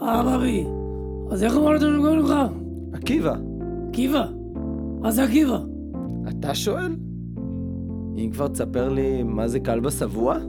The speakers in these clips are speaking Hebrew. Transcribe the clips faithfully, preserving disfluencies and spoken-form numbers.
אה, בבי. אז איך אמרת שאני קוראים לך? עקיבא. עקיבא? מה זה עקיבא? אתה שואל? אם כבר תספר לי מה זה כלבא שבוע?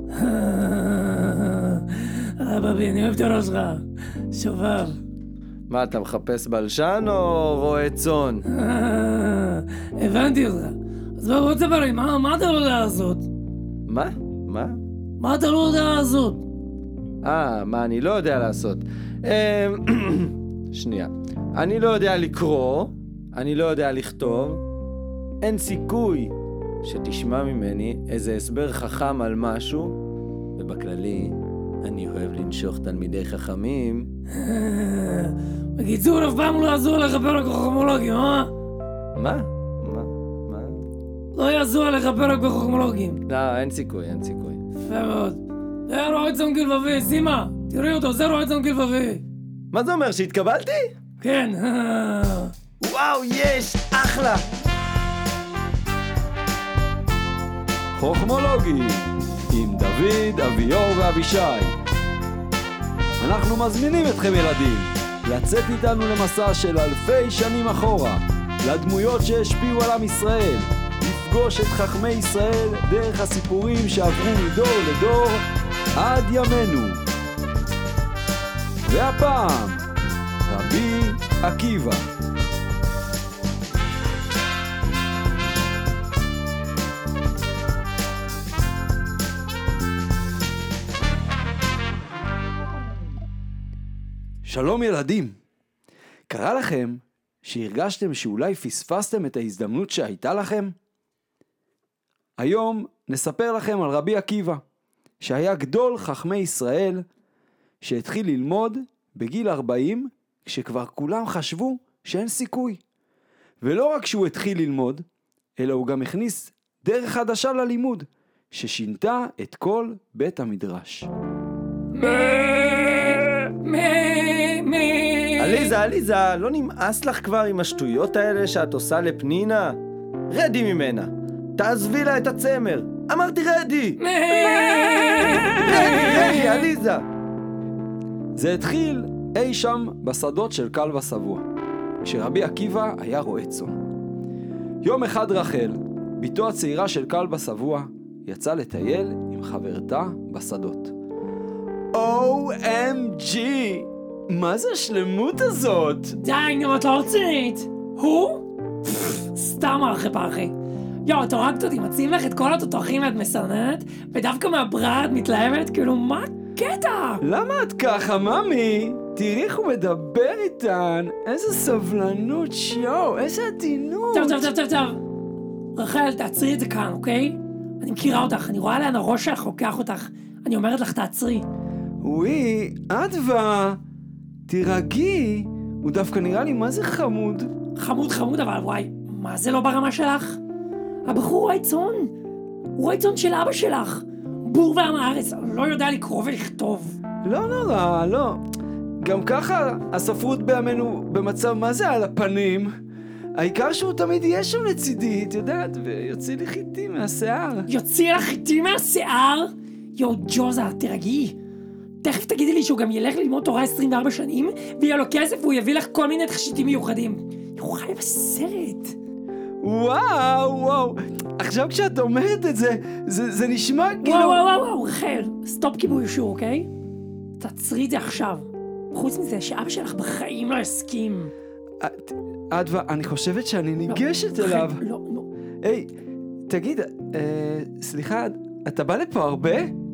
אה, בבי, אני אוהב את הראש שלך. שובב. מה, אתה מחפש בלשן או רועה צאן? הבנתי אותך. אז בוא, בוא תספר לי, מה, מה אתה לא יודע לעשות? מה? מה? מה אתה לא יודע לעשות? אה, מה אני לא יודע לעשות? אה, שנייה. אני לא יודע לקרוא, אני לא יודע לכתוב, אין סיכוי שתשמע ממני איזה הסבר חכם על משהו, ובכללי, אני אוהב לנשוך תלמידי חכמים. בקיצור, אף פעם לא יעזור לך פרק בחוכמולוגים, אה? מה? מה? מה? לא יעזור לך פרק בחוכמולוגים. לא, אין סיכוי, אין סיכוי. יפה מאוד. זה רועה צאן כלבבי, סימה, תראי אותו, זה רועה צאן כלבבי. מה זה אומר, שהתקבלתי? כן. וואו, יש! אחלה! חוכמולוגים עם דוד, אביור ואבישי. אנחנו מזמינים אתכם ילדים לצאת איתנו למסע של אלפי שנים אחורה, לדמויות שהשפיעו על עם ישראל, לפגוש את חכמי ישראל דרך הסיפורים שעברו מדור לדור עד ימינו. והפעם רבי עקיבא. שלום ילדים, קרה לכם שהרגשתם שאולי פספסתם את ההזדמנות שהייתה לכם? היום נספר לכם על רבי עקיבא, שהיה גדול חכמי ישראל, שהתחיל ללמוד בגיל ארבעים, כשכבר כולם חשבו שאין סיכוי. ולא רק שהוא התחיל ללמוד, אלא הוא גם הכניס דרך חדשה ללימוד, ששינתה את כל בית המדרש. עליזה, עליזה, לא נמאס לך כבר עם השטויות האלה שאת עושה לפנינה? רדי ממנה, תעזבי לה את הצמר. אמרתי רדי! רדי, רדי, עליזה! זה התחיל אי שם בשדות של כלבא שבוע, כשרבי עקיבא היה רועה צאן. יום אחד רחל, בתו הצעירה של כלבא שבוע, יצאה לטייל עם חברתה בשדות. או אם ג'י! מה זה השלמות הזאת? די, נו, את לא רצינית. הוא? סתם אחרי פרחי. יו, את הורגת אותי, מציעים לך את כל התותחים ואת מסננת, ודווקא מהבריאה את מתלהבת, כאילו, מה הקטע? למה את ככה, ממי? תראי איך הוא מדבר איתן, איזה סבלנות, שואו, איזה עדינות. טוב, טוב, טוב, טוב, טוב. רחל, תעצרי את זה כאן, אוקיי? אני מכירה אותך, אני רואה לאן הראש שלך לוקח אותך. אני אומרת לך, תעצרי. וואי, אדווה, תירגעי, הוא דווקא נראה לי מה זה חמוד. חמוד, חמוד, אבל וואי, מה זה לא ברמה שלך? הבחור רועה צאן. הוא רועה צאן של אבא שלך. בור ועם הארץ, לא יודע לקרוא ולכתוב. לא נורא, לא. גם ככה הספרות בימינו במצב מה זה על הפנים. העיקר שהוא תמיד יהיה שם לצידי, את יודעת, ויוציא לי חיטים מהשיער. יוציא לך חיטים מהשיער? יו, ג'וזה, תרגעי. תכף תגידי לי שהוא גם ילך ללמוד תורה עשרים וארבע שנים, ויהיה לו כסף והוא יביא לך כל מיני תכשיטים מיוחדים. הוא חי בסרט. וואו, וואו. עכשיו כשאת אומרת את זה, זה, זה נשמע כאילו... וואו, וואו, וואו, וואו, רחל. סטופ כיבוי אישור, אוקיי? תעצרי את זה עכשיו. חוץ מזה שאבא שלך בחיים לא הסכים. אדווה, אני חושבת שאני ניגשת אליו. לא, לא. היי, תגיד, אה, סליחה, אתה בא לפה הרבה?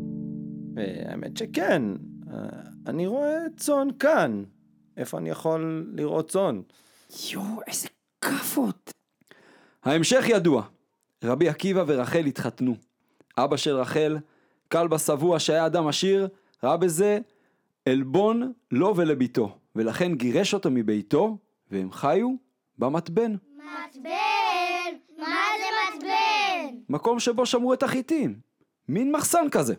האמת שכן, אני רואה צאן כאן. איפה אני יכול לראות צאן? יו, איזה כפות. ההמשך ידוע. רבי עקיבא ורחל התחתנו. אבא של רחל, כלבא שבוע שהיה אדם עשיר, ראה בזה עלבון לו ולביתו, ולכן גירש אותו מביתו, והם חיו במתבן. מתבן? מה זה מתבן? מקום שבו שמרו את החיטים. מין מחסן כזה.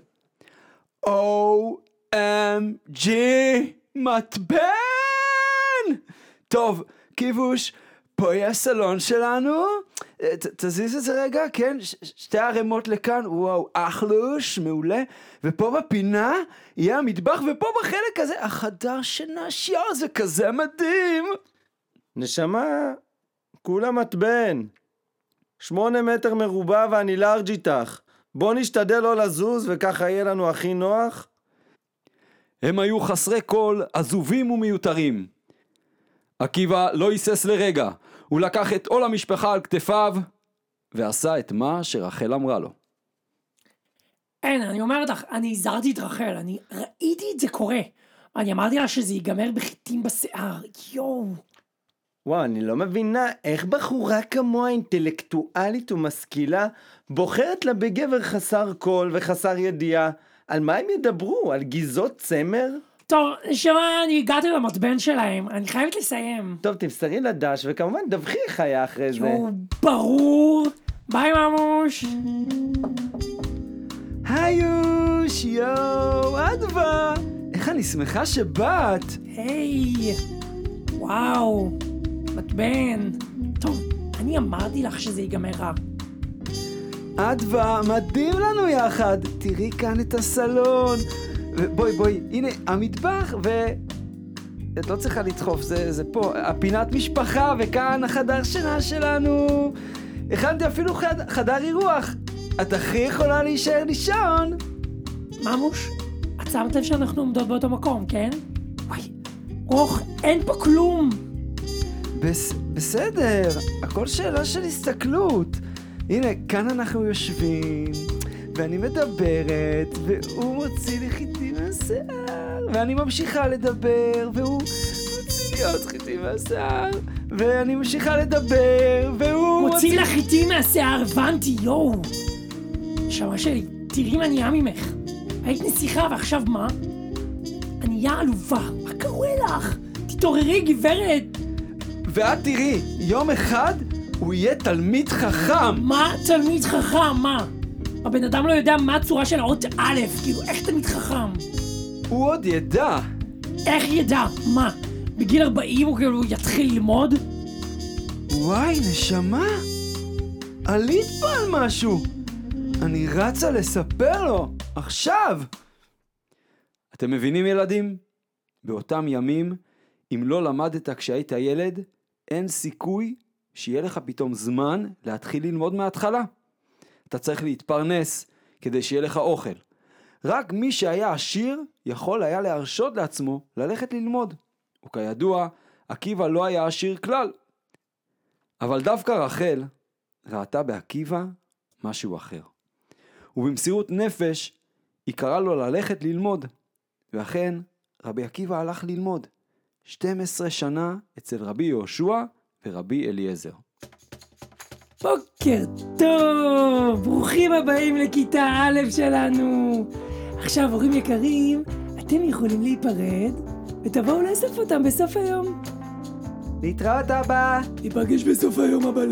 או אם ג'י, מתבן! טוב, כיבוש, פה יהיה הסלון שלנו, ת- תזיז את זה רגע, כן? ש- ש- שתי הרמות לכאן, וואו, אחלוש, מעולה. ופה בפינה יהיה המטבח, ופה בחלק הזה, החדר שינה, שיו, זה כזה מדהים. נשמה, כולה מטבן. שמונה מטר מרובע ואני לארג' איתך. בוא נשתדל לא לזוז וככה יהיה לנו הכי נוח. הם היו חסרי קול, עזובים ומיותרים. עקיבא לא היסס לרגע, הוא לקח את עול המשפחה על כתפיו, ועשה את מה שרחל אמרה לו. אין, אני אומרת לך, אני הזהרתי את רחל, אני ראיתי את זה קורה. אני אמרתי לה שזה ייגמר בחיטים בשיער, יואו. וואו, אני לא מבינה איך בחורה כמוה אינטלקטואלית ומשכילה בוחרת לה בגבר חסר קול וחסר ידיעה. על מה הם ידברו? על גיזות צמר? טוב, נשמה, אני הגעתי למטבן שלהם, אני חייבת לסיים. טוב, תמסרי לדש וכמובן דווחי איך היה אחרי זה. יואו, ברור. ביי ממוש. היוש, יואו, אדווה, איך אני שמחה שבאת. היי. וואו. מטבן. טוב, אני אמרתי לך שזה ייגמר רע. אדווה, מדהים לנו יחד. תראי כאן את הסלון. ובואי, בואי, הנה המטבח, ו... את לא צריכה לדחוף, זה, זה פה, הפינת משפחה, וכאן החדר שינה שלנו. הכנתי אפילו חד, חדר אירוח. את הכי יכולה להישאר לישון. ממוש, את שמת לב שאנחנו עומדות באותו מקום, כן? וואי, אוח, אין פה כלום. בס, בסדר, הכל שאלה של הסתכלות. הנה, כאן אנחנו יושבים, ואני מדברת, והוא מוציא לי חיטים מהשיער, ואני ממשיכה לדבר, והוא מוציא לי עוד חיטים מהשיער, ואני ממשיכה לדבר, והוא מוציא לך חיטים מהשיער, הבנתי, יואו. נשמה שלי, תראי מה נהיה ממך. היית נסיכה ועכשיו מה? אני נהיה עלובה, מה קורה לך? תתעוררי גברת. ואת תראי, יום אחד הוא יהיה תלמיד חכם. מה תלמיד חכם, מה? הבן אדם לא יודע מה הצורה של האות א', כאילו איך תלמיד חכם? הוא עוד ידע. איך ידע? מה? בגיל ארבעים הוא כאילו יתחיל ללמוד? וואי, נשמה, עלית פה על משהו. אני רצה לספר לו, עכשיו. אתם מבינים ילדים? באותם ימים, אם לא למדת כשהיית ילד, אין סיכוי שיהיה לך פתאום זמן להתחיל ללמוד מההתחלה. אתה צריך להתפרנס כדי שיהיה לך אוכל. רק מי שהיה עשיר יכול היה להרשות לעצמו ללכת ללמוד. וכידוע, עקיבא לא היה עשיר כלל. אבל דווקא רחל ראתה בעקיבא משהו אחר. ובמסירות נפש היא קראה לו ללכת ללמוד. ואכן רבי עקיבא הלך ללמוד. שתים עשרה שנה אצל רבי יהושע ורבי אליעזר. בוקר טוב, ברוכים הבאים לכיתה א' שלנו. עכשיו הורים יקרים, אתם יכולים להיפרד ותבואו לאסוף אותם בסוף היום. להתראות אבא. ניפגש בסוף היום הבא.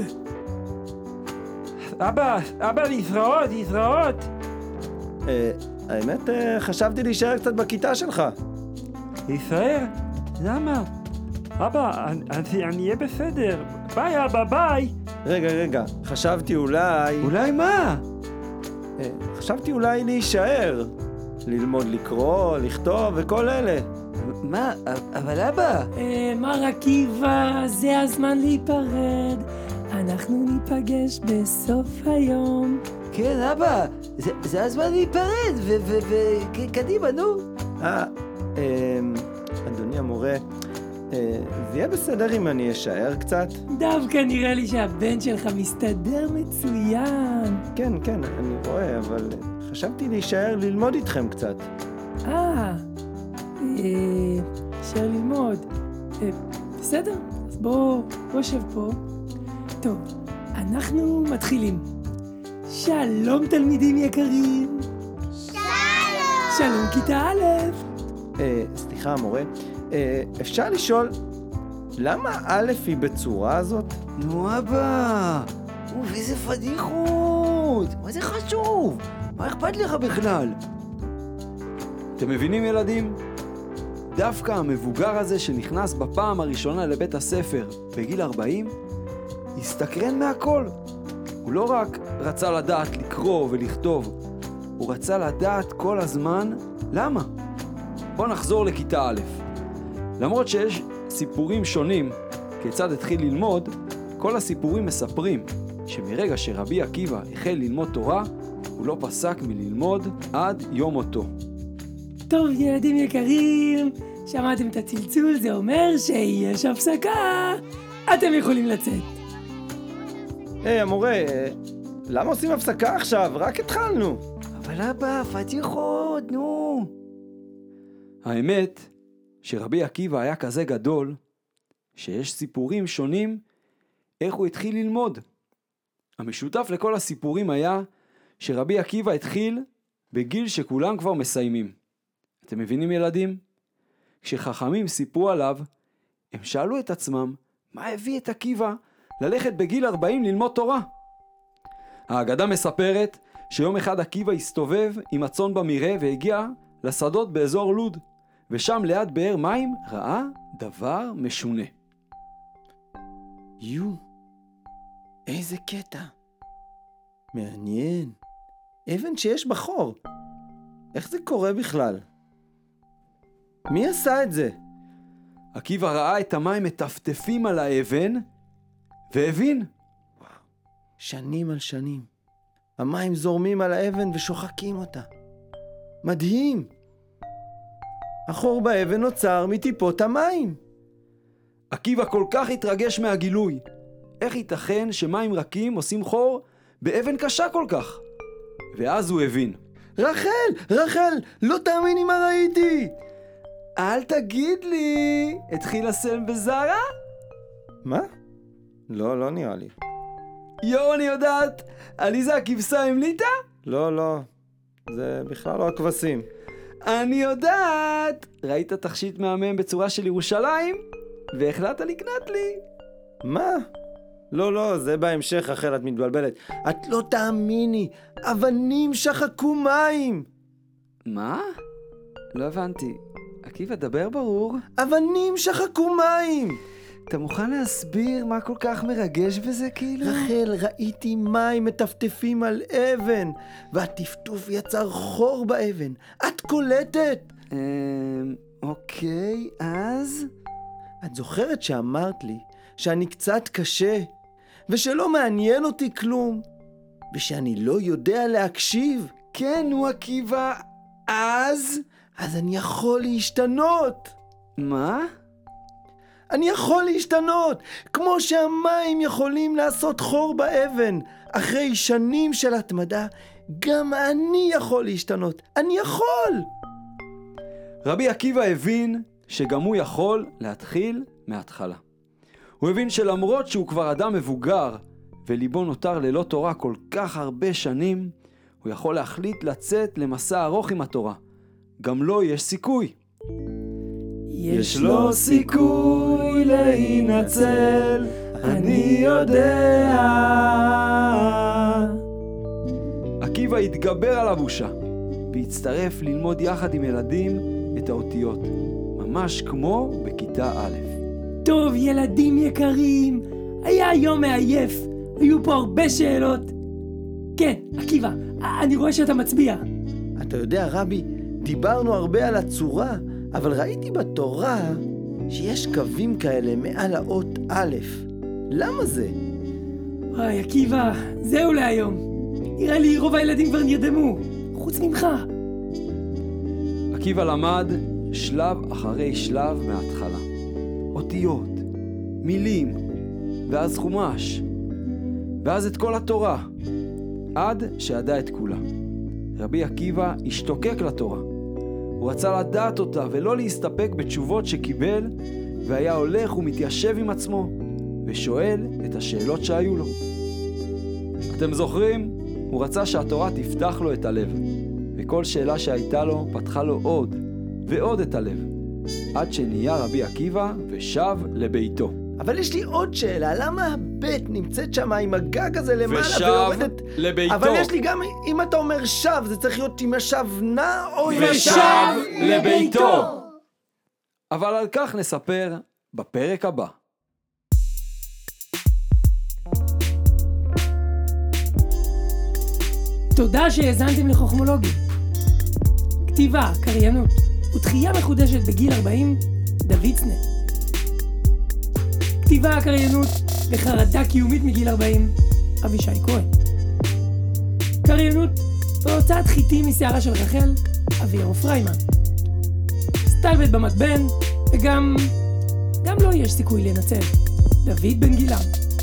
אבא, אבא, להתראות, להתראות. אה, האמת, אה, חשבתי להישאר קצת בכיתה שלך. להישאר? למה? אבא, אני, אני, אני אהיה בסדר. ביי אבא, ביי. רגע, רגע, חשבתי אולי... אולי מה? אה, חשבתי אולי להישאר. ללמוד לקרוא, לכתוב וכל אלה. מה? אבל אבא. אה, מר עקיבא, זה הזמן להיפרד. אנחנו ניפגש בסוף היום. כן אבא, זה, זה הזמן להיפרד, וקדימה נו. אה, אה, אדוני המורה, אה, זה יהיה בסדר אם אני אשאר קצת? דווקא נראה לי שהבן שלך מסתדר מצוין. כן, כן, אני רואה, אבל חשבתי להישאר ללמוד איתכם קצת. אה, אה, אפשר ללמוד. אה, בסדר, אז בוא, בוא שב פה. טוב, אנחנו מתחילים. שלום תלמידים יקרים. שלום! שלום כיתה א'. אה, סליחה, המורה, אה, אפשר לשאול, למה א' היא בצורה הזאת? נו אבא, אוף איזה פדיחות, מה זה חשוב? מה אכפת לך בכלל? אתם מבינים ילדים? דווקא המבוגר הזה שנכנס בפעם הראשונה לבית הספר בגיל ארבעים, הסתקרן מהכל. הוא לא רק רצה לדעת לקרוא ולכתוב, הוא רצה לדעת כל הזמן למה. בוא נחזור לכיתה א'. למרות שיש סיפורים שונים כיצד התחיל ללמוד, כל הסיפורים מספרים שמרגע שרבי עקיבא החל ללמוד תורה, הוא לא פסק מללמוד עד יום מותו. טוב, ילדים יקרים, שמעתם את הצלצול, זה אומר שיש הפסקה. אתם יכולים לצאת. היי, המורה, למה עושים הפסקה עכשיו? רק התחלנו. אבל אבא, פתיחות, נו. האמת שרבי עקיבא היה כזה גדול, שיש סיפורים שונים איך הוא התחיל ללמוד. המשותף לכל הסיפורים היה שרבי עקיבא התחיל בגיל שכולם כבר מסיימים. אתם מבינים ילדים? כשחכמים סיפרו עליו, הם שאלו את עצמם מה הביא את עקיבא ללכת בגיל ארבעים ללמוד תורה. האגדה מספרת שיום אחד עקיבא הסתובב עם הצאן במרעה והגיע לשדות באזור לוד, ושם ליד באר מים ראה דבר משונה. יו, איזה קטע. מעניין. אבן שיש בחור. איך זה קורה בכלל? מי עשה את זה? עקיבא ראה את המים מטפטפים על האבן והבין. שנים על שנים. המים זורמים על האבן ושוחקים אותה. מדהים. החור באבן נוצר מטיפות המים. עקיבא כל כך התרגש מהגילוי. איך ייתכן שמים רכים עושים חור באבן קשה כל כך? ואז הוא הבין. רחל, רחל, לא תאמיני מה ראיתי. אל תגיד לי, התחיל לסלם בזרה? מה? לא, לא נראה לי. יו, אני יודעת, עליזה הכבשה המליטה? לא, לא, זה בכלל לא הכבשים. אני יודעת, ראית תכשיט מהמם בצורה של ירושלים? והחלטת לקנות לי. מה? לא, לא, זה בהמשך, רחל, את מתבלבלת. את לא תאמיני, אבנים שחקו מים. מה? לא הבנתי. עקיבא, דבר ברור. אבנים שחקו מים. אתה מוכן להסביר מה כל כך מרגש בזה כאילו? רחל, ראיתי מים מטפטפים על אבן, והטפטוף יצר חור באבן. את קולטת? אממ, אוקיי, אז? את זוכרת שאמרת לי שאני קצת קשה, ושלא מעניין אותי כלום, ושאני לא יודע להקשיב? כן, נו עקיבא, אז? אז אני יכול להשתנות. מה? אני יכול להשתנות, כמו שהמים יכולים לעשות חור באבן. אחרי שנים של התמדה, גם אני יכול להשתנות. אני יכול! רבי עקיבא הבין שגם הוא יכול להתחיל מההתחלה. הוא הבין שלמרות שהוא כבר אדם מבוגר, וליבו נותר ללא תורה כל כך הרבה שנים, הוא יכול להחליט לצאת למסע ארוך עם התורה. גם לו יש סיכוי. יש לו סיכוי להינצל, אני יודע. עקיבא התגבר על הבושה, והצטרף ללמוד יחד עם ילדים את האותיות, ממש כמו בכיתה א'. טוב, ילדים יקרים, היה יום מעייף, היו פה הרבה שאלות. כן, עקיבא, אני רואה שאתה מצביע. אתה יודע, רבי, דיברנו הרבה על הצורה, אבל ראיתי בתורה שיש קווים כאלה מעל האות א'. למה זה? וואי, עקיבא, זהו להיום. נראה לי רוב הילדים כבר נרדמו, חוץ ממך. עקיבא למד שלב אחרי שלב מההתחלה. אותיות, מילים, ואז חומש, ואז את כל התורה, עד שידע את כולה. רבי עקיבא השתוקק לתורה. הוא רצה לדעת אותה ולא להסתפק בתשובות שקיבל, והיה הולך ומתיישב עם עצמו ושואל את השאלות שהיו לו. אתם זוכרים? הוא רצה שהתורה תפתח לו את הלב, וכל שאלה שהייתה לו פתחה לו עוד ועוד את הלב, עד שנהיה רבי עקיבא ושב לביתו. אבל יש לי עוד שאלה, למה הבית נמצאת שם עם הגג הזה למעלה ושב ויורדת? לביתו. אבל יש לי גם, אם אתה אומר שב, זה צריך להיות עם השב נע או עם ושב לביתו. אבל על כך נספר בפרק הבא. תודה שהאזנתם לחוכמולוגים. כתיבה, קריינות ותחייה מחודשת בגיל ארבעים, דוד סנה. כתיבה, קריינות וחרדה קיומית מגיל ארבעים, אבישי כהן. קריינות והוצאת חיטים משערה של רחל, אבירו פריימן. סטלבט במטבן, וגם, גם לא יש סיכוי לנצל, דוד בן גילם.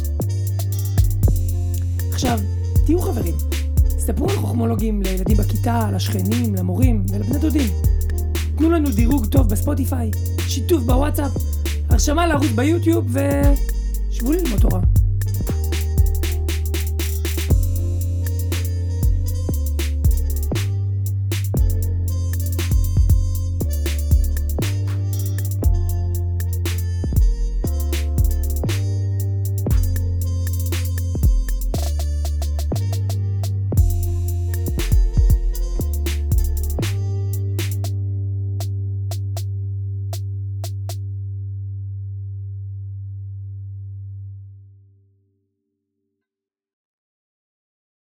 עכשיו, תהיו חברים. ספרו על חוכמולוגים לילדים בכיתה, לשכנים, למורים ולבני דודים. תנו לנו דירוג טוב בספוטיפיי, שיתוף בוואטסאפ, הרשמה לערוץ ביוטיוב ושבו ללמוד תורה.